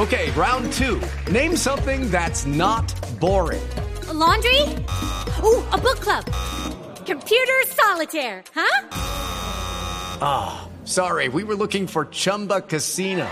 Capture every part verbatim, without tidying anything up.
Okay, round two. Name something that's not boring. A laundry? Ooh, a book club. Computer solitaire, huh? Ah, oh, sorry, we were looking for Chumba Casino.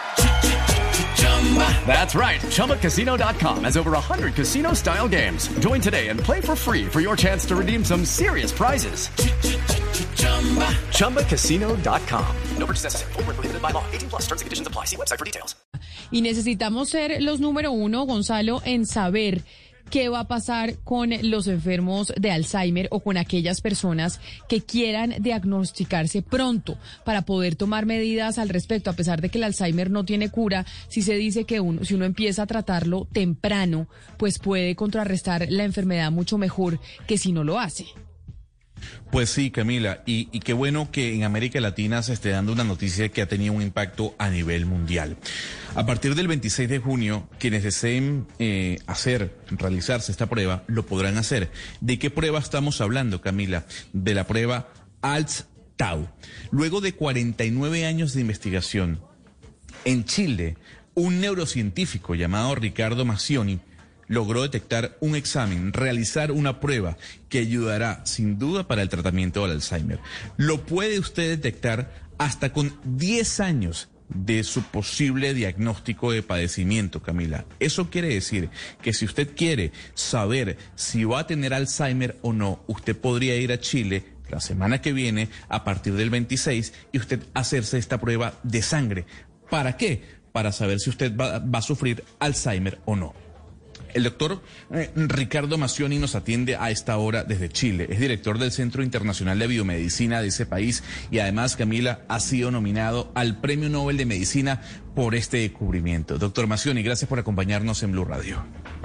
That's right, Chumba Casino dot com has over one hundred casino-style games. Join today and play for free for your chance to redeem some serious prizes. Chumba Casino dot com. No purchase necessary. Void where prohibited by law. eighteen plus terms and conditions apply. See website for details. Y necesitamos ser los número uno, Gonzalo, en saber qué va a pasar con los enfermos de Alzheimer o con aquellas personas que quieran diagnosticarse pronto para poder tomar medidas al respecto. A pesar de que el Alzheimer no tiene cura, sí se dice que uno, si uno empieza a tratarlo temprano, pues puede contrarrestar la enfermedad mucho mejor que si no lo hace. Pues sí, Camila, y, y qué bueno que en América Latina se esté dando una noticia que ha tenido un impacto a nivel mundial. A partir del veintiséis de junio, quienes deseen eh, hacer, realizarse esta prueba, lo podrán hacer. ¿De qué prueba estamos hablando, Camila? De la prueba ALZ-Tau. Luego de cuarenta y nueve años de investigación, en Chile, un neurocientífico llamado Ricardo Maccioni logró detectar un examen, realizar una prueba que ayudará sin duda para el tratamiento del Alzheimer. Lo puede usted detectar hasta con diez años de su posible diagnóstico de padecimiento, Camila. Eso quiere decir que si usted quiere saber si va a tener Alzheimer o no, usted podría ir a Chile la semana que viene a partir del veintiséis y usted hacerse esta prueba de sangre. ¿Para qué? Para saber si usted va, va a sufrir Alzheimer o no. El doctor eh, Ricardo Maccioni nos atiende a esta hora desde Chile. Es director del Centro Internacional de Biomedicina de ese país y además, Camila, ha sido nominado al Premio Nobel de Medicina por este descubrimiento. Doctor Maccioni, gracias por acompañarnos en Blue Radio.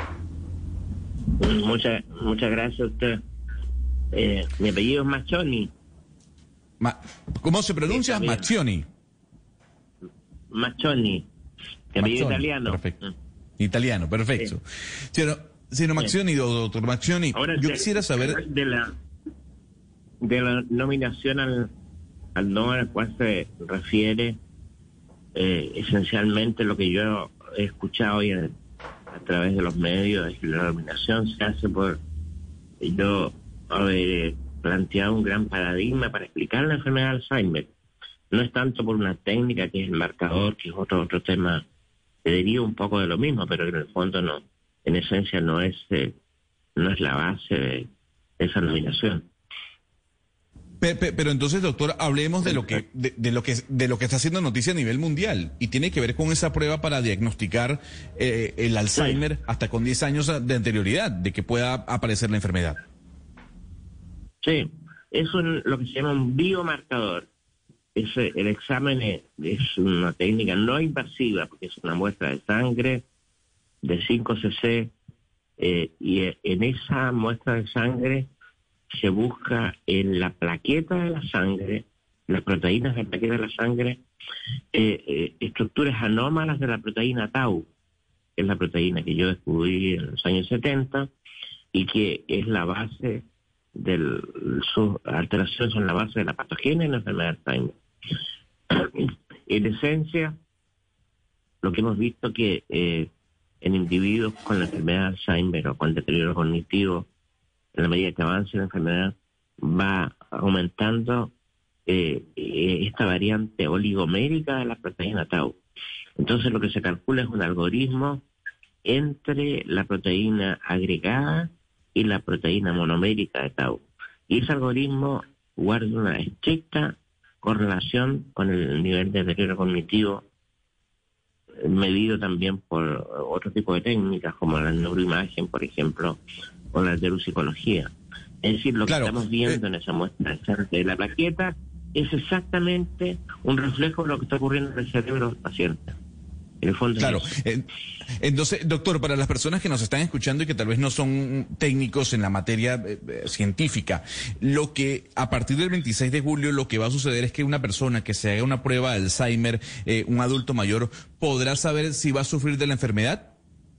Muchas, muchas gracias a usted. Eh, mi apellido es Maccioni. Ma, ¿Cómo se pronuncia? Sí, Maccioni. Maccioni. Mi apellido italiano. Perfecto. Italiano, perfecto. Sí. Señor, señor Maccioni, doctor Maccioni, ahora, yo de, quisiera saber... De la, de la nominación al, al Nobel al cual se refiere, eh, esencialmente lo que yo he escuchado hoy a, a través de los medios, es que la nominación se hace por yo haber planteado un gran paradigma para explicar la enfermedad de Alzheimer. No es tanto por una técnica que es el marcador, que es otro, otro tema que deriva un poco de lo mismo, pero en el fondo no, en esencia no es eh, no es la base de esa nominación. Pero, pero entonces, doctor, hablemos de lo que de, de lo que de lo que está haciendo noticia a nivel mundial y tiene que ver con esa prueba para diagnosticar eh, el Alzheimer sí. hasta con diez años de anterioridad de que pueda aparecer la enfermedad. Sí, es un, lo que se llama un biomarcador. Es, el examen es, es una técnica no invasiva porque es una muestra de sangre de cinco cc eh, y en esa muestra de sangre se busca en la plaqueta de la sangre, las proteínas de la plaqueta de la sangre, eh, eh, estructuras anómalas de la proteína Tau, que es la proteína que yo descubrí en los años setenta y que es la base de sus alteraciones son la base de la patogenia en la enfermedad de Alzheimer. En esencia, lo que hemos visto que eh, en individuos con la enfermedad de Alzheimer o con deterioro cognitivo, en la medida que avance la enfermedad, va aumentando eh, esta variante oligomérica de la proteína Tau. Entonces lo que se calcula es un algoritmo entre la proteína agregada y la proteína monomérica de Tau. Y ese algoritmo guarda una estricta correlación con el nivel de deterioro cognitivo, medido también por otro tipo de técnicas como la neuroimagen, por ejemplo, o la neuropsicología. Es decir, lo claro. que estamos viendo en esa muestra de la plaqueta es exactamente un reflejo de lo que está ocurriendo en el cerebro del paciente. En el fondo claro. Eh, entonces, doctor, para las personas que nos están escuchando y que tal vez no son técnicos en la materia eh, científica, lo que a partir del veintiséis de julio lo que va a suceder es que una persona que se haga una prueba de Alzheimer, eh, un adulto mayor, ¿podrá saber si va a sufrir de la enfermedad?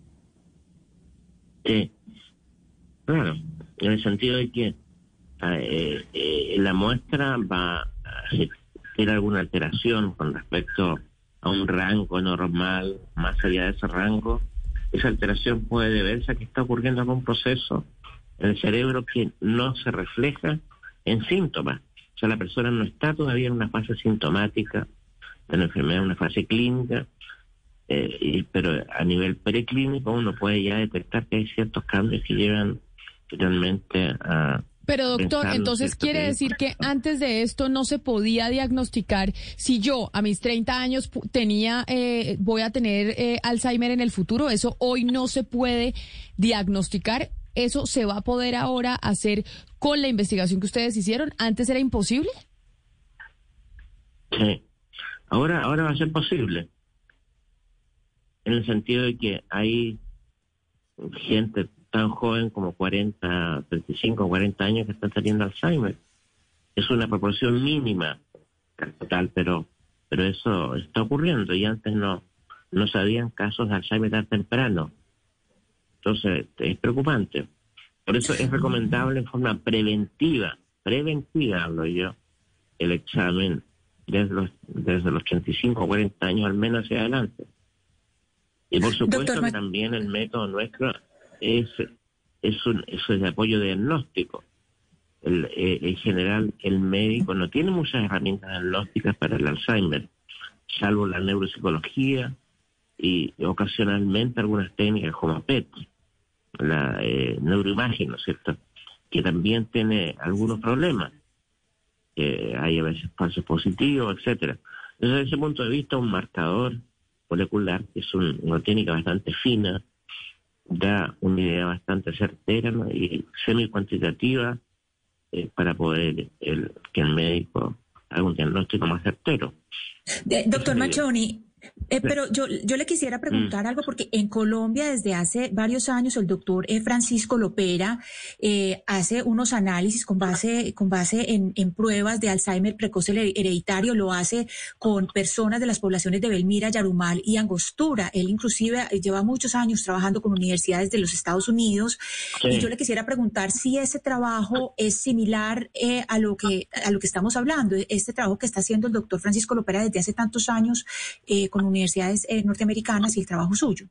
Sí, claro, en el sentido de que eh, eh, la muestra va a tener alguna alteración con respecto a un rango normal, más allá de ese rango, esa alteración puede deberse a que está ocurriendo algún proceso en el cerebro que no se refleja en síntomas. O sea, la persona no está todavía en una fase sintomática de la enfermedad, en una fase clínica, eh, y, pero a nivel preclínico uno puede ya detectar que hay ciertos cambios que llevan finalmente a... Pero doctor, entonces quiere decir que antes de esto no se podía diagnosticar si yo a mis treinta años tenía, eh, voy a tener eh, Alzheimer en el futuro. Eso hoy no se puede diagnosticar. ¿Eso se va a poder ahora hacer con la investigación que ustedes hicieron? ¿Antes era imposible? Sí. Ahora, ahora va a ser posible. En el sentido de que hay gente tan joven como cuarenta, treinta y cinco, cuarenta años que están teniendo Alzheimer. Es una proporción mínima total, pero pero eso está ocurriendo y antes no no se habían casos de Alzheimer tan temprano. Entonces es preocupante. Por eso es recomendable en forma preventiva, preventiva hablo yo, el examen desde los desde los treinta y cinco o cuarenta años al menos hacia adelante. Y por supuesto Doctor, que también el método nuestro es es un es de apoyo diagnóstico. El, eh, en general el médico no tiene muchas herramientas diagnósticas para el Alzheimer, salvo la neuropsicología y ocasionalmente algunas técnicas como P E T, la eh, neuroimagen, ¿no es cierto?, que también tiene algunos problemas, que hay a veces falsos positivos, etcétera. Entonces, desde ese punto de vista, un marcador molecular, que es un, una técnica bastante fina, da una idea bastante certera, ¿no?, y semi-cuantitativa eh, para poder el, que el médico haga un diagnóstico más certero. De, doctor Machoni, eh, pero yo, yo le quisiera preguntar mm. algo, porque en Colombia desde hace varios años el doctor eh, Francisco Lopera eh, hace unos análisis con base con base en, en pruebas de Alzheimer precoz hereditario, lo hace con personas de las poblaciones de Belmira, Yarumal y Angostura. Él inclusive lleva muchos años trabajando con universidades de los Estados Unidos, sí. Y yo le quisiera preguntar si ese trabajo es similar eh, a lo que a lo que estamos hablando, este trabajo que está haciendo el doctor Francisco Lopera desde hace tantos años eh, con universidades eh, norteamericanas, y el trabajo suyo.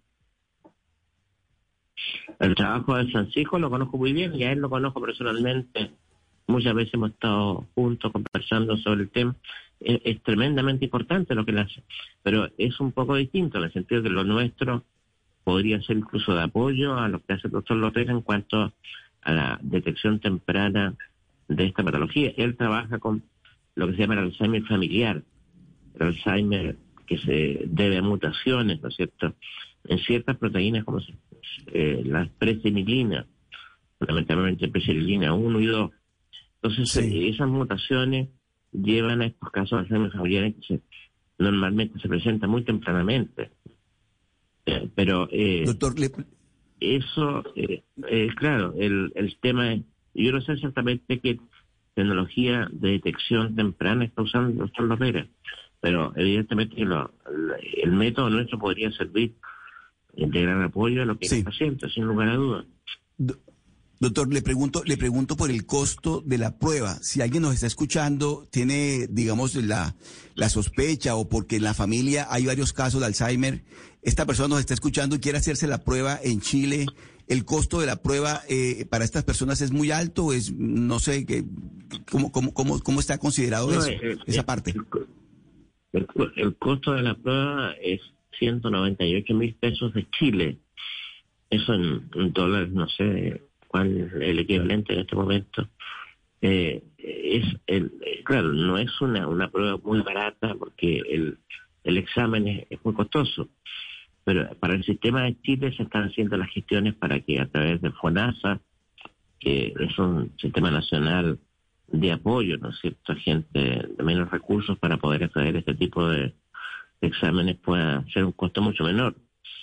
El trabajo de Francisco lo conozco muy bien y a él lo conozco personalmente. Muchas veces hemos estado juntos conversando sobre el tema. Es, es tremendamente importante lo que él hace, pero es un poco distinto en el sentido que lo nuestro podría ser incluso de apoyo a lo que hace el doctor Lopera en cuanto a la detección temprana de esta patología. Él trabaja con lo que se llama el Alzheimer familiar, el Alzheimer que se debe a mutaciones, ¿no es cierto?, en ciertas proteínas como eh, la presenilina, fundamentalmente presenilina uno y dos. Entonces, sí. eh, esas mutaciones llevan a estos casos de Alzheimer familiares que se, normalmente se presentan muy tempranamente. Eh, pero eh, Doctor, le... eso, eh, eh, claro, el, el tema es, yo no sé exactamente qué tecnología de detección temprana está usando el doctor Lopera, pero evidentemente lo, el método nuestro podría servir de gran apoyo a lo que sí. es el paciente, sin lugar a dudas. Do, doctor, le pregunto, le pregunto por el costo de la prueba. Si alguien nos está escuchando, tiene, digamos, la, la sospecha, o porque en la familia hay varios casos de Alzheimer, esta persona nos está escuchando y quiere hacerse la prueba en Chile. ¿El costo de la prueba eh, para estas personas es muy alto? ¿O es, no sé, que, cómo, cómo, cómo, cómo está considerado no, eso, el, esa parte? El, el, el costo de la prueba es ciento noventa y ocho mil pesos de Chile. Eso en, en dólares, no sé cuál es el equivalente en este momento. Eh, es el, claro, no es una, una prueba muy barata porque el, el examen es, es muy costoso. Pero para el sistema de Chile se están haciendo las gestiones para que a través de FONASA, que es un sistema nacional de apoyo, ¿no es cierto?, a gente de menos recursos para poder acceder a este tipo de exámenes, pueda ser un costo mucho menor.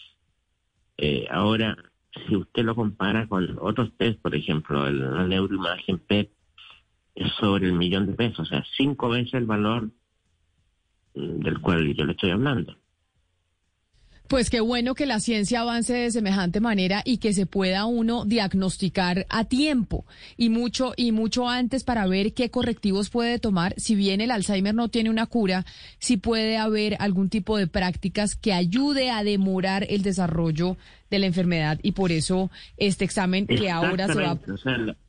Eh, ahora, si usted lo compara con otros test, por ejemplo, el, la neuroimagen P E T es sobre el millón de pesos, o sea, cinco veces el valor del cual yo le estoy hablando. Pues qué bueno que la ciencia avance de semejante manera y que se pueda uno diagnosticar a tiempo y mucho y mucho antes para ver qué correctivos puede tomar. Si bien el Alzheimer no tiene una cura, sí puede haber algún tipo de prácticas que ayude a demorar el desarrollo de la enfermedad y por eso este examen que ahora se va. O sea, lo,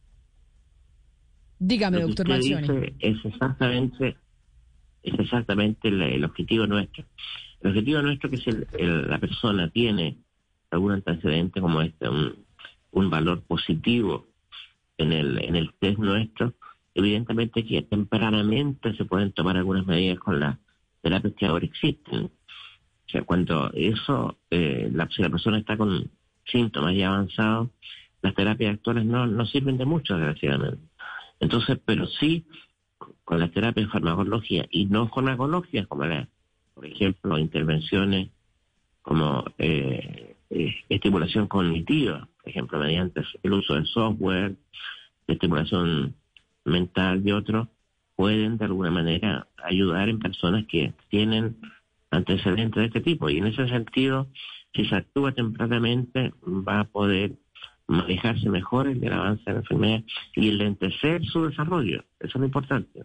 Dígame, lo doctor que usted Malcioni. dice es exactamente, es exactamente el, el objetivo nuestro. El objetivo nuestro es que si el, el, la persona tiene algún antecedente como este, un, un valor positivo en el en el test nuestro, evidentemente que tempranamente se pueden tomar algunas medidas con las terapias que ahora existen. O sea, cuando eso, eh, la, si la persona está con síntomas ya avanzados, las terapias actuales no, no sirven de mucho, desgraciadamente. Entonces, pero sí con las terapias de farmacología y no farmacología como la por ejemplo, intervenciones como eh, eh, estimulación cognitiva, por ejemplo, mediante el uso de software, de estimulación mental y otros, pueden de alguna manera ayudar en personas que tienen antecedentes de este tipo. Y en ese sentido, si se actúa tempranamente, va a poder manejarse mejor el del avance de la enfermedad y lentecer su desarrollo. Eso es lo importante.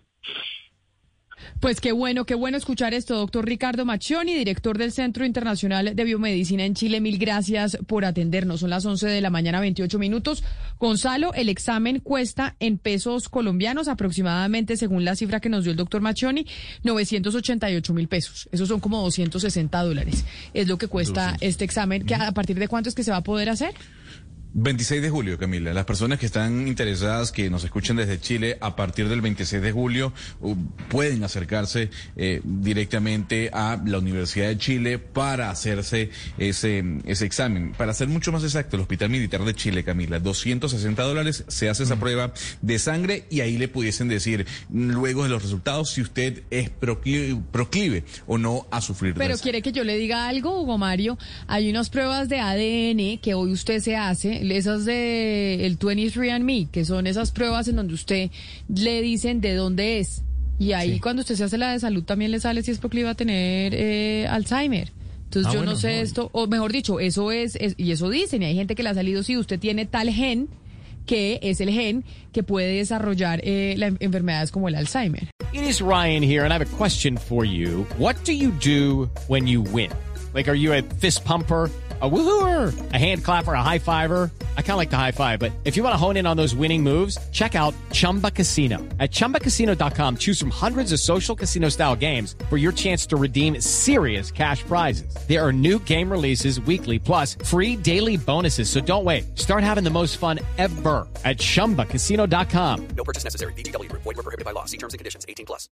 Pues qué bueno, qué bueno escuchar esto, doctor Ricardo Maccioni, director del Centro Internacional de Biomedicina en Chile. Mil gracias por atendernos. Son las once de la mañana, veintiocho minutos. Gonzalo, el examen cuesta en pesos colombianos aproximadamente, según la cifra que nos dio el doctor Maccioni, novecientos ochenta y ocho mil pesos. Esos son como doscientos sesenta dólares. Es lo que cuesta doscientos este examen. ¿Que ¿A partir de cuánto es que se va a poder hacer? veintiséis de julio, Camila. Las personas que están interesadas, que nos escuchen desde Chile, a partir del veintiséis de julio, uh, pueden acercarse eh, directamente a la Universidad de Chile para hacerse ese, ese examen. Para ser mucho más exacto, el Hospital Militar de Chile, Camila, doscientos sesenta dólares, se hace esa prueba de sangre y ahí le pudiesen decir, luego de los resultados, si usted es proclive, proclive o no a sufrir de Pero esa. quiere que yo le diga algo, Hugo Mario. Hay unas pruebas de A D N que hoy usted se hace, esas de el veintitrés and me, que son esas pruebas en donde usted le dicen de dónde es. Y ahí sí, cuando usted se hace la de salud también le sale si es proclive a tener eh, Alzheimer. Entonces ah, yo bueno, no sé no. esto, o mejor dicho, eso es, es, y eso dicen, y hay gente que le ha salido si usted tiene tal gen, que es el gen que puede desarrollar eh, la, enfermedades como el Alzheimer. It is Ryan here, and I have a question for you. What do you do when you win? Like, are you a fist pumper, a woohooer, a hand clapper, a high fiver? I kind of like the high five, but if you want to hone in on those winning moves, check out Chumba Casino. At chumba casino dot com, choose from hundreds of social casino style games for your chance to redeem serious cash prizes. There are new game releases weekly, plus free daily bonuses. So don't wait. Start having the most fun ever at chumba casino dot com. No purchase necessary. V G W Group. Void where prohibited by law. See terms and conditions. eighteen plus.